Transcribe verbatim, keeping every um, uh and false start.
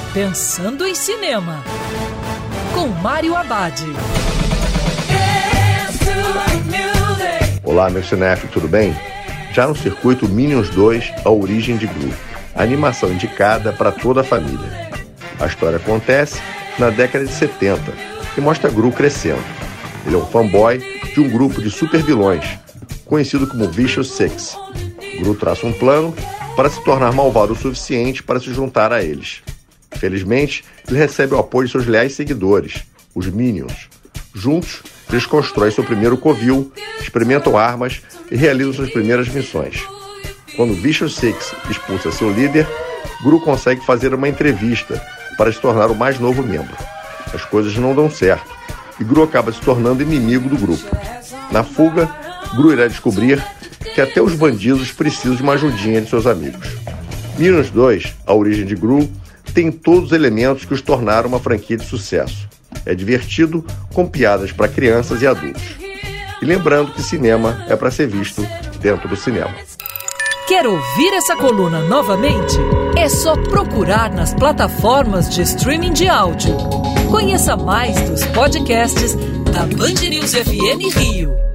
Pensando em Cinema, com Mário Abad. Olá, meu cinéfilo, tudo bem? Já no circuito Minions dois, A Origem de Gru, a animação indicada para toda a família. A história acontece na década de setenta e mostra Gru crescendo. Ele é um fanboy de um grupo de supervilões, conhecido como Vicious Six. Gru traça um plano para se tornar malvado o suficiente para se juntar a eles. Felizmente, ele recebe o apoio de seus leais seguidores, os Minions. Juntos, eles constroem seu primeiro covil, experimentam armas e realizam suas primeiras missões. Quando Vicious Six expulsa seu líder, Gru consegue fazer uma entrevista para se tornar o mais novo membro. As coisas não dão certo e Gru acaba se tornando inimigo do grupo. Na fuga, Gru irá descobrir que até os bandidos precisam de uma ajudinha de seus amigos. Minions dois, A Origem de Gru, tem todos os elementos que os tornaram uma franquia de sucesso. É divertido, com piadas para crianças e adultos. E lembrando que cinema é para ser visto dentro do cinema. Quer ouvir essa coluna novamente? É só procurar nas plataformas de streaming de áudio. Conheça mais dos podcasts da Band News F M Rio.